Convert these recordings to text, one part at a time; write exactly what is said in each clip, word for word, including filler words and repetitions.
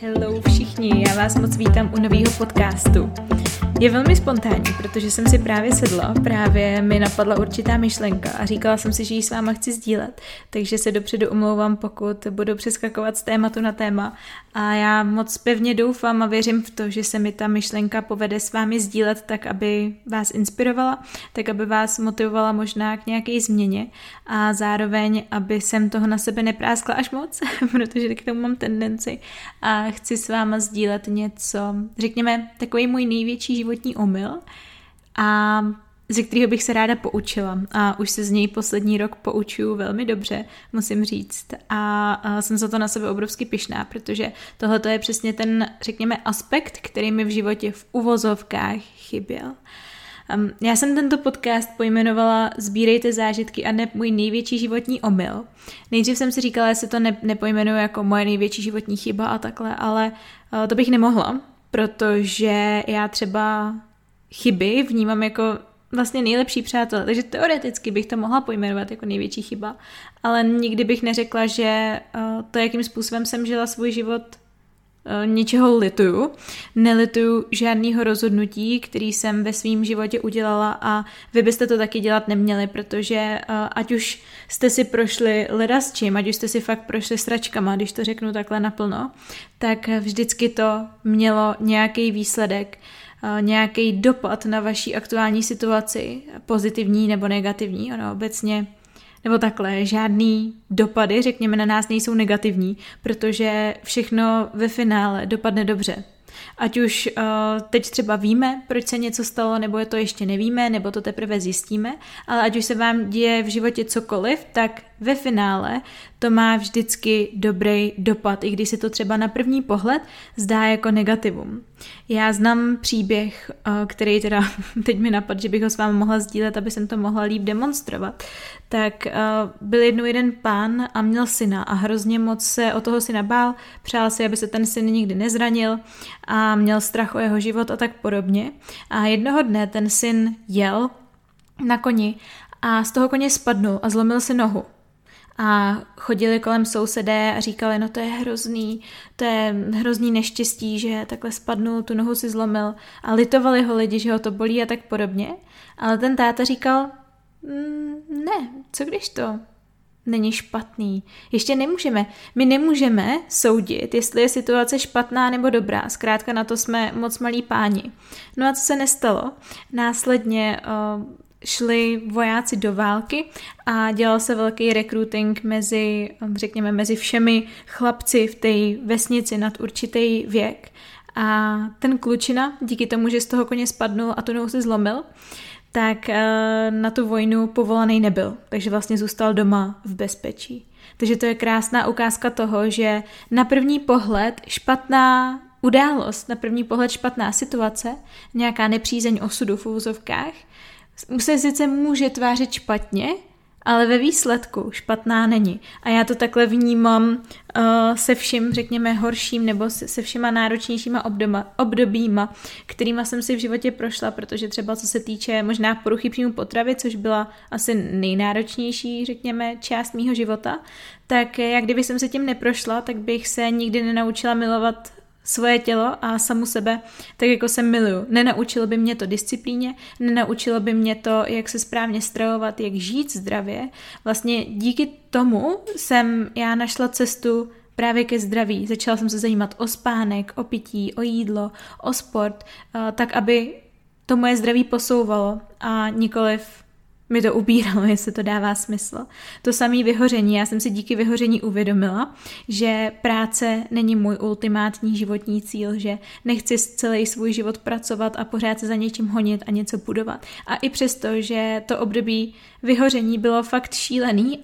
Hello všichni, já vás moc vítám u nového podcastu. Je velmi spontánní, protože jsem si právě sedla, právě mi napadla určitá myšlenka a říkala jsem si, že ji s váma chci sdílet, takže se dopředu omlouvám, pokud budu přeskakovat z tématu na téma a já moc pevně doufám a věřím v to, že se mi ta myšlenka povede s vámi sdílet tak, aby vás inspirovala, tak, aby vás motivovala možná k nějaké změně a zároveň, aby jsem toho na sebe nepráskla až moc, protože k tomu mám tendenci a chci s váma sdílet něco, řekněme, takový můj největší životní omyl a ze kterého bych se ráda poučila a už se z něj poslední rok poučuju velmi dobře, musím říct a, a jsem za to na sebe obrovsky pyšná, protože tohle je přesně ten, řekněme, aspekt, který mi v životě v uvozovkách chyběl. Um, já jsem tento podcast pojmenovala Sbírejte zážitky a ne můj největší životní omyl. Nejdřív jsem si říkala, jestli to ne, nepojmenuji jako moje největší životní chyba a takhle, ale uh, to bych nemohla, protože já třeba chyby vnímám jako vlastně nejlepší přátel, takže teoreticky bych to mohla pojmenovat jako největší chyba, ale nikdy bych neřekla, že uh, to, jakým způsobem jsem žila svůj život, něčeho lituju. Nelituju žádného rozhodnutí, který jsem ve svém životě udělala a vy byste to taky dělat neměli, protože ať už jste si prošli leda s čím, ať už jste si fakt prošli sračkama, když to řeknu takhle naplno, tak vždycky to mělo nějaký výsledek, nějaký dopad na vaší aktuální situaci, pozitivní nebo negativní, ono obecně nebo takhle, žádný dopady, řekněme, na nás nejsou negativní, protože všechno ve finále dopadne dobře. Ať už uh, teď třeba víme, proč se něco stalo, nebo je to ještě nevíme, nebo to teprve zjistíme, ale ať už se vám děje v životě cokoliv, tak ve finále to má vždycky dobrý dopad, i když se to třeba na první pohled zdá jako negativum. Já znám příběh, který teda teď mi napadl, že bych ho s vámi mohla sdílet, aby jsem to mohla líp demonstrovat. Tak byl jednou jeden pán a měl syna a hrozně moc se o toho syna bál, přál si, aby se ten syn nikdy nezranil a měl strach o jeho život a tak podobně. A jednoho dne ten syn jel na koni a z toho koně spadnul a zlomil si nohu. A chodili kolem sousedé a říkali, no to je hrozný, to je hrozný neštěstí, že takhle spadnul, tu nohu si zlomil a litovali ho lidi, že ho to bolí a tak podobně. Ale ten táta říkal, mm, ne, co když to není špatný. Ještě nemůžeme, my nemůžeme soudit, jestli je situace špatná nebo dobrá, zkrátka na to jsme moc malí páni. No a co se nestalo? Následně uh, šli vojáci do války a dělal se velký recruiting mezi, řekněme, mezi všemi chlapci v té vesnici nad určitý věk. A ten klučina, díky tomu, že z toho koně spadnul a tu nohu si zlomil, tak na tu vojnu povolaný nebyl, takže vlastně zůstal doma v bezpečí. Takže to je krásná ukázka toho, že na první pohled špatná událost, na první pohled špatná situace, nějaká nepřízeň osudu v uvozovkách, se sice může tvářit špatně, ale ve výsledku špatná není. A já to takhle vnímám uh, se vším, řekněme, horším nebo se, se všema náročnějšíma obdoba, obdobíma, kterýma jsem si v životě prošla, protože třeba co se týče možná poruchy příjmu potravy, což byla asi nejnáročnější, řekněme, část mýho života, tak jak kdyby jsem se tím neprošla, tak bych se nikdy nenaučila milovat svoje tělo a samu sebe, tak jako se miluju. Nenaučilo by mě to disciplíně, nenaučilo by mě to, jak se správně stravovat, jak žít zdravě. Vlastně díky tomu jsem já našla cestu právě ke zdraví. Začala jsem se zajímat o spánek, o pití, o jídlo, o sport, tak aby to moje zdraví posouvalo a nikoliv mi to ubíralo, jestli to dává smysl. To samé vyhoření. Já jsem si díky vyhoření uvědomila, že práce není můj ultimátní životní cíl, že nechci celý svůj život pracovat a pořád se za něčím honit a něco budovat. A i přesto, že to období vyhoření bylo fakt šílený a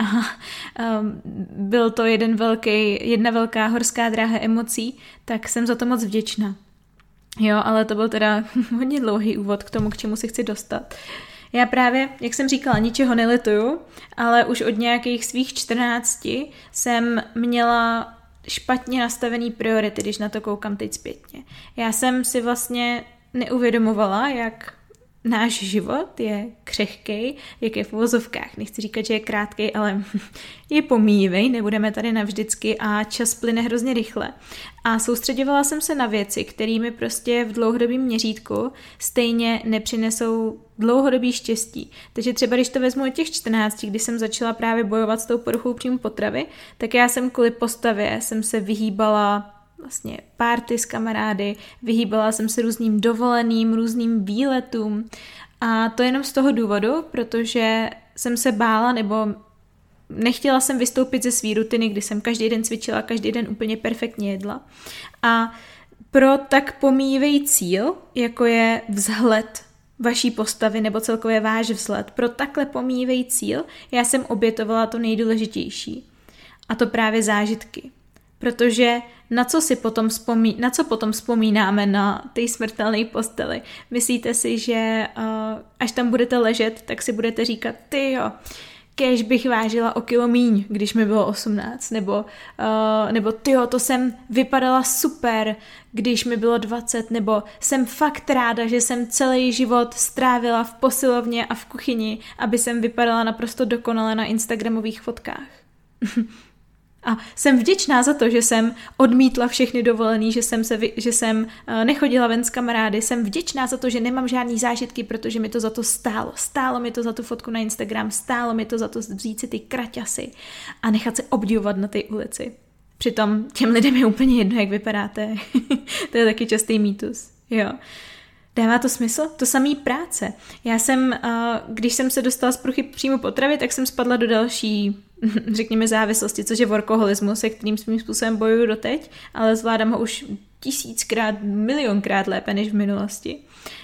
um, byl to jeden velký, jedna velká horská dráha emocí, tak jsem za to moc vděčná. Jo, ale to byl teda hodně dlouhý úvod k tomu, k čemu se chci dostat. Já právě, jak jsem říkala, ničeho nelituju, ale už od nějakých svých čtrnácti jsem měla špatně nastavený priority, když na to koukám teď zpětně. Já jsem si vlastně neuvědomovala, jak náš život je křehkej, jak je v uvozovkách. Nechci říkat, že je krátkej, ale je pomíjivej, nebudeme tady navždycky a čas plyne hrozně rychle. A soustředovala jsem se na věci, které mi prostě v dlouhodobém měřítku stejně nepřinesou dlouhodobý štěstí. Takže třeba když to vezmu od těch čtrnácti, kdy jsem začala právě bojovat s tou poruchou příjmu potravy, tak já jsem kvůli postavě jsem se vyhýbala vlastně párty s kamarády, vyhýbala jsem se různým dovoleným, různým výletům a to jenom z toho důvodu, protože jsem se bála nebo nechtěla jsem vystoupit ze svý rutiny, kdy jsem každý den cvičila, každý den úplně perfektně jedla a pro tak pomíjivý cíl, jako je vzhled vaší postavy nebo celkově váš vzhled, pro takhle pomíjivý cíl já jsem obětovala to nejdůležitější a to právě zážitky. Protože na co si potom vzpomí, na co potom vzpomínáme na té smrtelné posteli? Myslíte si, že uh, až tam budete ležet, tak si budete říkat, tyjo, kéž bych vážila o kilo míň, když mi bylo osmnáct, nebo, uh, nebo tyjo, to jsem vypadala super, když mi bylo dvacet, nebo jsem fakt ráda, že jsem celý život strávila v posilovně a v kuchyni, aby jsem vypadala naprosto dokonale na instagramových fotkách. A jsem vděčná za to, že jsem odmítla všechny dovolený, že jsem, se, že jsem nechodila ven s kamarády, jsem vděčná za to, že nemám žádný zážitky, protože mi to za to stálo. Stálo mi to za tu fotku na Instagram, stálo mi to za to vzít si ty kraťasy a nechat se obdivovat na té ulici. Přitom těm lidem je úplně jedno, jak vypadáte. To je taky častý mýtus. Jo. Dává to smysl? To samý práce. Já jsem, když jsem se dostala z poruchy příjmu potravy, tak jsem spadla do další, řekněme, závislosti, což je workoholismus, se kterým svým způsobem bojuju doteď, ale zvládám ho už tisíckrát, milionkrát lépe než v minulosti.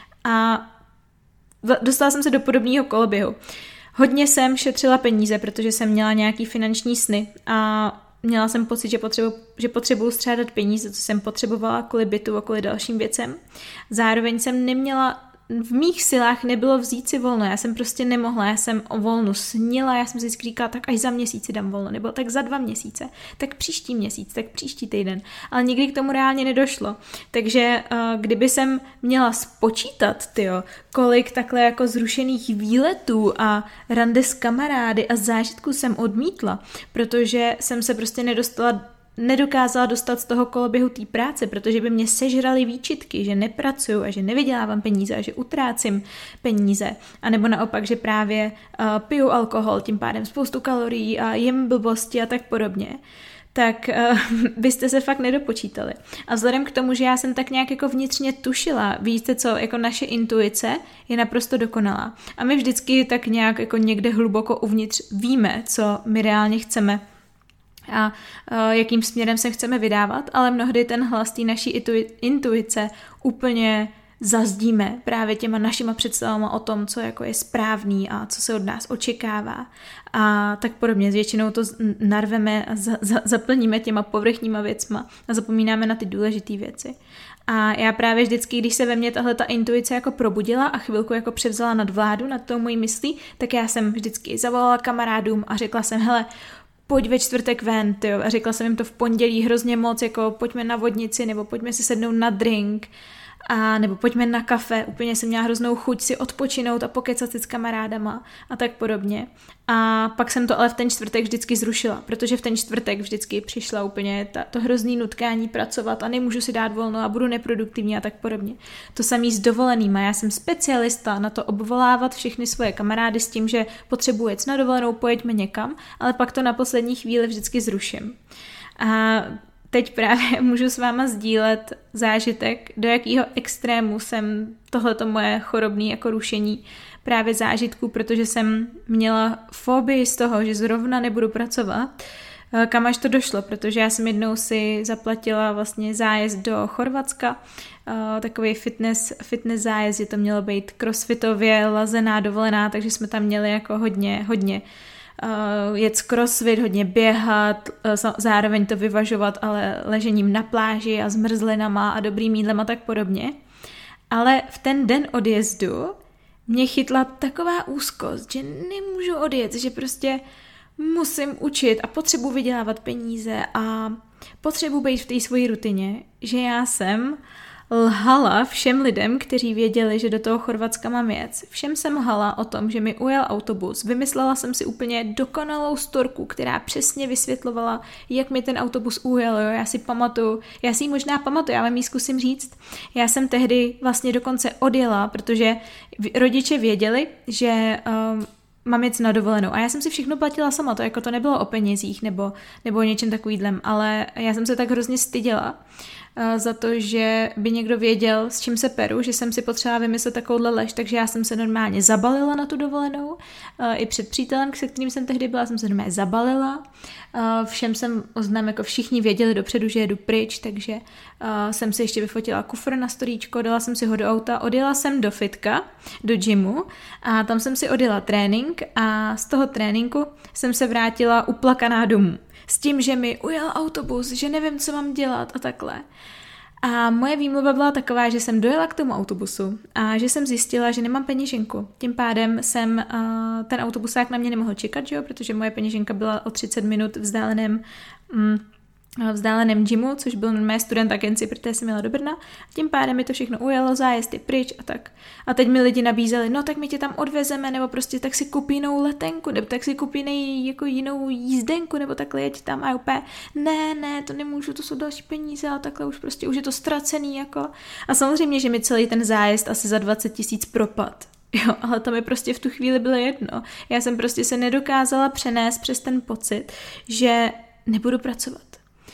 A dostala jsem se do podobného koloběhu. Hodně jsem šetřila peníze, protože jsem měla nějaký finanční sny a měla jsem pocit, že potřebuji, že potřebuji střádat peníze, co jsem potřebovala kvůli bytu a kvůli dalším věcem. Zároveň jsem neměla, v mých silách nebylo vzít si volno, já jsem prostě nemohla, já jsem o volnu snila, já jsem si vždycky říkala, tak až za měsíc si dám volno, nebo tak za dva měsíce, tak příští měsíc, tak příští týden, ale nikdy k tomu reálně nedošlo. Takže uh, kdyby jsem měla spočítat, tyjo, kolik takhle jako zrušených výletů a rande s kamarády a zážitků jsem odmítla, protože jsem se prostě nedostala nedokázala dostat z toho koloběhu té práce, protože by mě sežraly výčitky, že nepracuju a že nevydělávám peníze a že utrácím peníze. A nebo naopak, že právě uh, piju alkohol, tím pádem spoustu kalorií a jem blbosti a tak podobně. Tak uh, byste se fakt nedopočítali. A vzhledem k tomu, že já jsem tak nějak jako vnitřně tušila, víte co, jako naše intuice je naprosto dokonalá. A my vždycky tak nějak jako někde hluboko uvnitř víme, co my reálně chceme a uh, jakým směrem se chceme vydávat, ale mnohdy ten hlas té naší intu- intuice úplně zazdíme právě těma našima představama o tom, co jako je správný a co se od nás očekává a tak podobně. Většinou to narveme a za- za- zaplníme těma povrchníma věcma a zapomínáme na ty důležité věci. A já právě vždycky, když se ve mně tahle ta intuice jako probudila a chvilku jako převzala nadvládu nad tou mojí myslí, tak já jsem vždycky zavolala kamarádům a řekla jsem, hele, pojď ve čtvrtek ven, tyjo. A řekla jsem jim to v pondělí hrozně moc, jako pojďme na vodnici, nebo pojďme si sednout na drink, a nebo pojďme na kafe, úplně jsem měla hroznou chuť si odpočinout a pokecat si s kamarádama a tak podobně. A pak jsem to ale v ten čtvrtek vždycky zrušila, protože v ten čtvrtek vždycky přišla úplně ta, to hrozný nutkání pracovat a nemůžu si dát volno a budu neproduktivní a tak podobně. To samý s dovolenýma, já jsem specialista na to obvolávat všechny svoje kamarády s tím, že potřebuji jet na dovolenou, pojeďme někam, ale pak to na poslední chvíli vždycky zruším. A teď právě můžu s váma sdílet zážitek, do jakého extrému jsem tohleto moje chorobné jako rušení právě zážitku, protože jsem měla fobii z toho, že zrovna nebudu pracovat, kam až to došlo, protože já jsem jednou si zaplatila vlastně zájezd do Chorvatska, takový fitness, fitness zájezd, že to mělo být crossfitově lazená dovolená, takže jsme tam měli jako hodně, hodně Uh, jet crossfit, hodně běhat, uh, zároveň to vyvažovat, ale ležením na pláži a zmrzlinama a dobrým jídlem a tak podobně. Ale v ten den odjezdu mě chytla taková úzkost, že nemůžu odjet, že prostě musím učit a potřebuji vydělávat peníze a potřebuji být v té svojí rutině, že já jsem lhala všem lidem, kteří věděli, že do toho Chorvatska mám jet. Všem jsem lhala o tom, že mi ujel autobus. Vymyslela jsem si úplně dokonalou storku, která přesně vysvětlovala, jak mi ten autobus ujel. Jo? Já si pamatuju, já si ji možná pamatuju, já vám ji zkusím říct. Já jsem tehdy vlastně dokonce odjela, protože rodiče věděli, že um, mám jet na dovolenou. A já jsem si všechno platila sama, to jako to nebylo o penězích nebo, nebo o něčem takovýhlem, ale já jsem se tak hrozně styděla uh, za to, že by někdo věděl, s čím se peru, že jsem si potřeba vymyslet takovouhle lež, takže já jsem se normálně zabalila na tu dovolenou. Uh, I před přítelem, se kterým jsem tehdy byla, jsem se normálně zabalila. Uh, všem jsem oznám, jako všichni věděli dopředu, že jedu pryč, takže uh, jsem si ještě vyfotila kufr na storíčko, dala jsem si ho do auta, odjela jsem do fitka, do gymu a tam jsem si odjela trénink a z toho tréninku jsem se vrátila uplakaná domů. S tím, že mi ujel autobus, že nevím, co mám dělat a takhle. A moje výmluva byla taková, že jsem dojela k tomu autobusu a že jsem zjistila, že nemám peněženku. Tím pádem jsem uh, ten autobusák na mě nemohl čekat, že jo? Protože moje peněženka byla o třicet minut vzdáleném mm, vzdáleném gymu, což byl mé student agenci, protože jsem jela do Brna. Tím pádem mi to všechno ujelo, zájezd je pryč a tak. A teď mi lidi nabízeli, no tak my tě tam odvezeme, nebo prostě tak si kupí jinou letenku, nebo tak si kupí nej, jako jinou jízdenku, nebo takhle jeď tam a úplně, ne, ne, to nemůžu, to jsou další peníze a takhle už prostě, už je to ztracený, jako. A samozřejmě, že mi celý ten zájezd asi za dvacet tisíc propad. Jo, ale to mi prostě v tu chvíli bylo jedno. Já jsem prostě se nedokázala přenést přes ten pocit, že nebudu pracovat.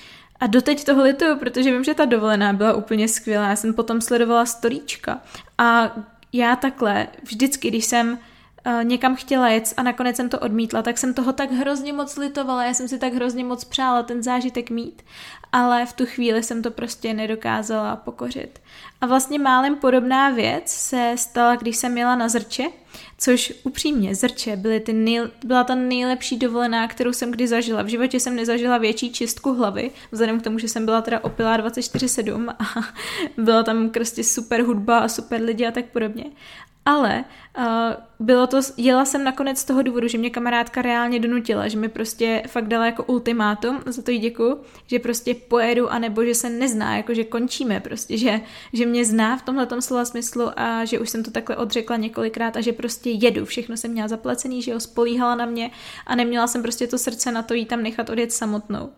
A doteď toho lituju, protože vím, že ta dovolená byla úplně skvělá. Já jsem potom sledovala storíčka a já takhle vždycky, když jsem uh, někam chtěla jet a nakonec jsem to odmítla, tak jsem toho tak hrozně moc litovala, já jsem si tak hrozně moc přála ten zážitek mít, ale v tu chvíli jsem to prostě nedokázala pokořit. A vlastně málem podobná věc se stala, když jsem jela na Zrče, což upřímně, Zrče byly ty nejl- byla ta nejlepší dovolená, kterou jsem kdy zažila. V životě jsem nezažila větší čistku hlavy, vzhledem k tomu, že jsem byla teda opilá dvacet čtyři sedm a byla tam prostě super hudba a super lidi a tak podobně. Ale uh, bylo to, jela jsem nakonec z toho důvodu, že mě kamarádka reálně donutila, že mi prostě fakt dala jako ultimátum, za to jí děkuju, že prostě pojedu, anebo že se nezná, jako že končíme prostě, že, že mě zná v tomhletom slova smyslu a že už jsem to takhle odřekla několikrát a že prostě jedu, všechno jsem měla zaplacený, že jo, spolíhala na mě a neměla jsem prostě to srdce na to jí tam nechat odjet samotnou.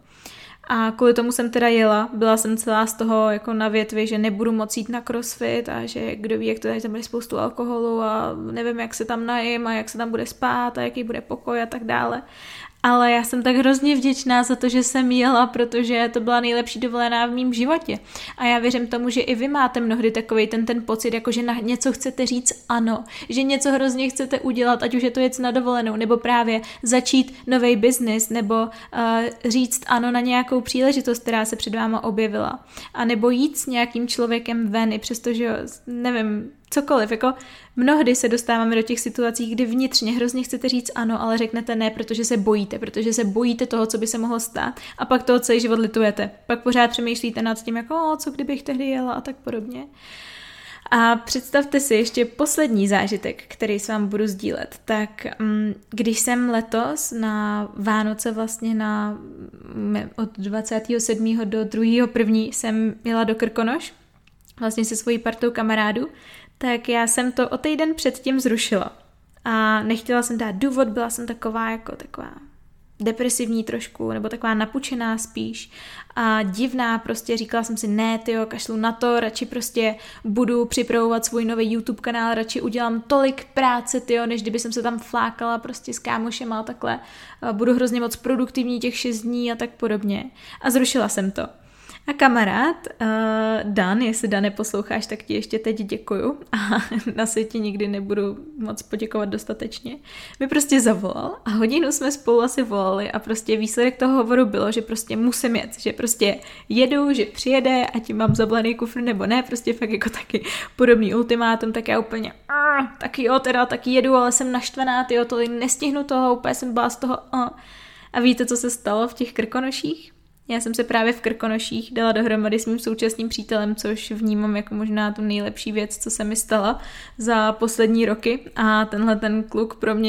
A kvůli tomu jsem teda jela, byla jsem celá z toho jako na větvi, že nebudu moc jít na crossfit a že kdo ví, jak to tady tam bude spoustu alkoholu a nevím, jak se tam najím a jak se tam bude spát a jaký bude pokoj a tak dále. Ale já jsem tak hrozně vděčná za to, že jsem jela, protože to byla nejlepší dovolená v mém životě. A já věřím tomu, že i vy máte mnohdy takovej ten, ten pocit, jako že na něco chcete říct ano, že něco hrozně chcete udělat, ať už je to jet na dovolenou, nebo právě začít nový biznis, nebo uh, říct ano na nějakou příležitost, která se před váma objevila. A nebo jít s nějakým člověkem ven, i přestože, nevím, cokoliv, jako mnohdy se dostáváme do těch situací, kdy vnitřně hrozně chcete říct ano, ale řeknete ne, protože se bojíte, protože se bojíte toho, co by se mohlo stát a pak toho celý život litujete. Pak pořád přemýšlíte nad tím, jako o, co kdybych tehdy jela a tak podobně. A představte si ještě poslední zážitek, který s vámi budu sdílet. Tak když jsem letos na Vánoce vlastně na od dvacátého sedmého do druhého prvního jsem jela do Krkonoš, vlastně se svojí partou kamarádů, tak já jsem to o týden předtím zrušila. A nechtěla jsem dát důvod, byla jsem taková jako taková depresivní trošku, nebo taková napučená spíš a divná, prostě říkala jsem si ne, tyjo, kašlu na to, radši prostě budu připravovat svůj nový YouTube kanál, radši udělám tolik práce, tyjo, než kdyby jsem se tam flákala prostě s kámošema a takhle, budu hrozně moc produktivní těch šest dní a tak podobně. A zrušila jsem to. A kamarád uh, Dan, jestli Dan neposloucháš, tak ti ještě teď děkuju a na světě nikdy nebudu moc poděkovat dostatečně, mi prostě zavolal a hodinu jsme spolu asi volali a prostě výsledek toho hovoru bylo, že prostě musím jet, že prostě jedu, že přijede, ať mám zabalený kufr nebo ne, prostě fakt jako taky podobný ultimátum, tak já úplně uh, tak jo, teda taky jedu, ale jsem naštvaná, tyjo, to nestihnu toho, úplně jsem byla z toho uh. A víte, co se stalo v těch Krkonoších? Já jsem se právě v Krkonoších dala dohromady s mým současným přítelem, což vnímám jako možná tu nejlepší věc, co se mi stala za poslední roky. A tenhle ten kluk pro mě je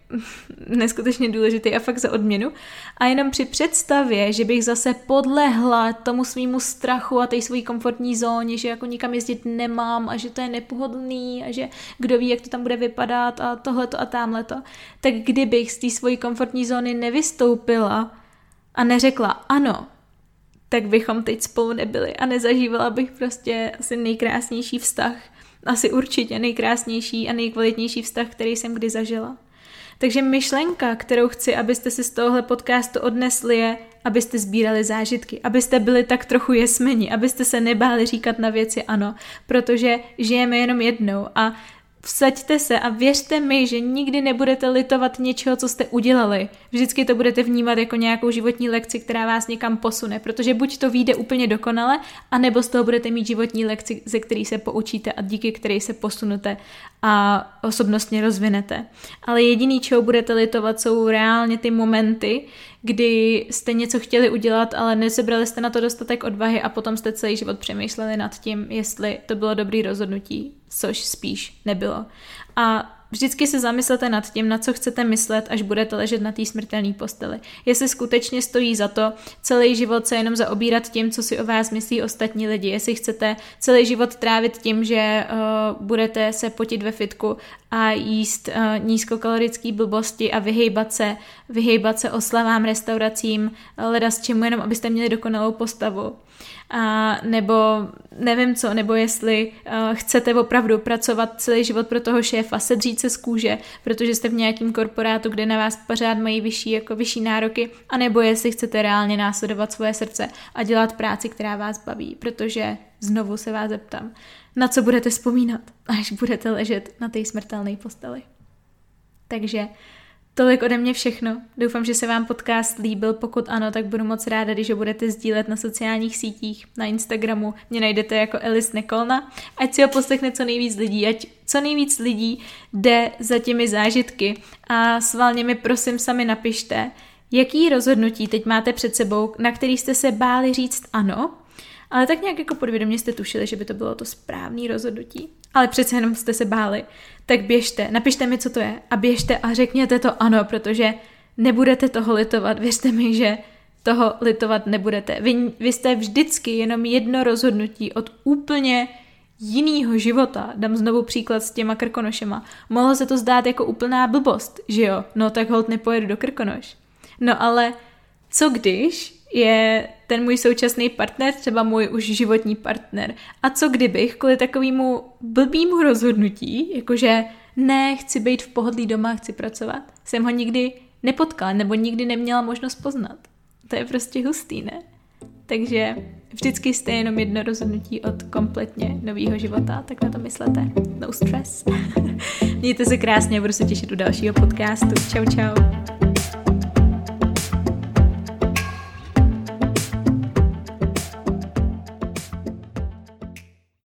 neskutečně důležitý a fakt za odměnu. A jenom při představě, že bych zase podlehla tomu svýmu strachu a té svojí komfortní zóně, že jako nikam jezdit nemám a že to je nepohodlný a že kdo ví, jak to tam bude vypadat a tohleto a támhleto, tak kdybych z té svojí komfortní zóny nevystoupila a neřekla ano, tak bychom teď spolu nebyli a nezažívala bych prostě asi nejkrásnější vztah. Asi určitě nejkrásnější a nejkvalitnější vztah, který jsem kdy zažila. Takže myšlenka, kterou chci, abyste si z tohohle podcastu odnesli, je, abyste sbírali zážitky, abyste byli tak trochu jesmeni, abyste se nebáli říkat na věci ano, protože žijeme jenom jednou a vsaďte se a věřte mi, že nikdy nebudete litovat něčeho, co jste udělali. Vždycky to budete vnímat jako nějakou životní lekci, která vás někam posune, protože buď to vyjde úplně dokonale, anebo z toho budete mít životní lekci, ze který se poučíte a díky které se posunete a osobnostně rozvinete. Ale jediný, čeho budete litovat, jsou reálně ty momenty, kdy jste něco chtěli udělat, ale nesebrali jste na to dostatek odvahy a potom jste celý život přemýšleli nad tím, jestli to bylo dobrý rozhodnutí, což spíš nebylo. A vždycky se zamyslete nad tím, na co chcete myslet, až budete ležet na té smrtelné posteli. Jestli skutečně stojí za to celý život se jenom zaobírat tím, co si o vás myslí ostatní lidi. Jestli chcete celý život trávit tím, že uh, budete se potit ve fitku a jíst uh, nízkokalorický blbosti a vyhejbat se, vyhejbat se oslavám, restauracím, leda s čemu jenom, abyste měli dokonalou postavu. A nebo nevím co, nebo jestli uh, chcete opravdu pracovat celý život pro toho šéfa, sedřít se z kůže, protože jste v nějakém korporátu, kde na vás pořád mají vyšší, jako vyšší nároky, anebo jestli chcete reálně následovat svoje srdce a dělat práci, která vás baví, protože znovu se vás zeptám, na co budete vzpomínat, až budete ležet na té smrtelné posteli. Takže tolik ode mě všechno. Doufám, že se vám podcast líbil. Pokud ano, tak budu moc ráda, když ho budete sdílet na sociálních sítích, na Instagramu. Mě najdete jako Elis Nekolna. Ať si ho poslechne co nejvíc lidí, ať co nejvíc lidí jde za těmi zážitky. A svalně mi prosím sami napište, jaký rozhodnutí teď máte před sebou, na který jste se báli říct ano, ale tak nějak jako podvědomě jste tušili, že by to bylo to správné rozhodnutí. Ale přece jenom jste se báli. Tak běžte, napište mi, co to je a běžte a řekněte to ano, protože nebudete toho litovat. Věřte mi, že toho litovat nebudete. Vy, vy jste vždycky jenom jedno rozhodnutí od úplně jinýho života. Dám znovu příklad s těma Krkonošema. Mohlo se to zdát jako úplná blbost, že jo? No tak holt nepojedu do Krkonoš. No ale co když je ten můj současný partner, třeba můj už životní partner. A co kdybych kvůli takovému blbýmu rozhodnutí, jakože ne, chci být v pohodlí doma, chci pracovat, jsem ho nikdy nepotkala nebo nikdy neměla možnost poznat. To je prostě hustý, ne? Takže vždycky jste jenom jedno rozhodnutí od kompletně nového života, tak na to myslete. No stress. Mějte se krásně, budu se těšit u dalšího podcastu. Čau, čau.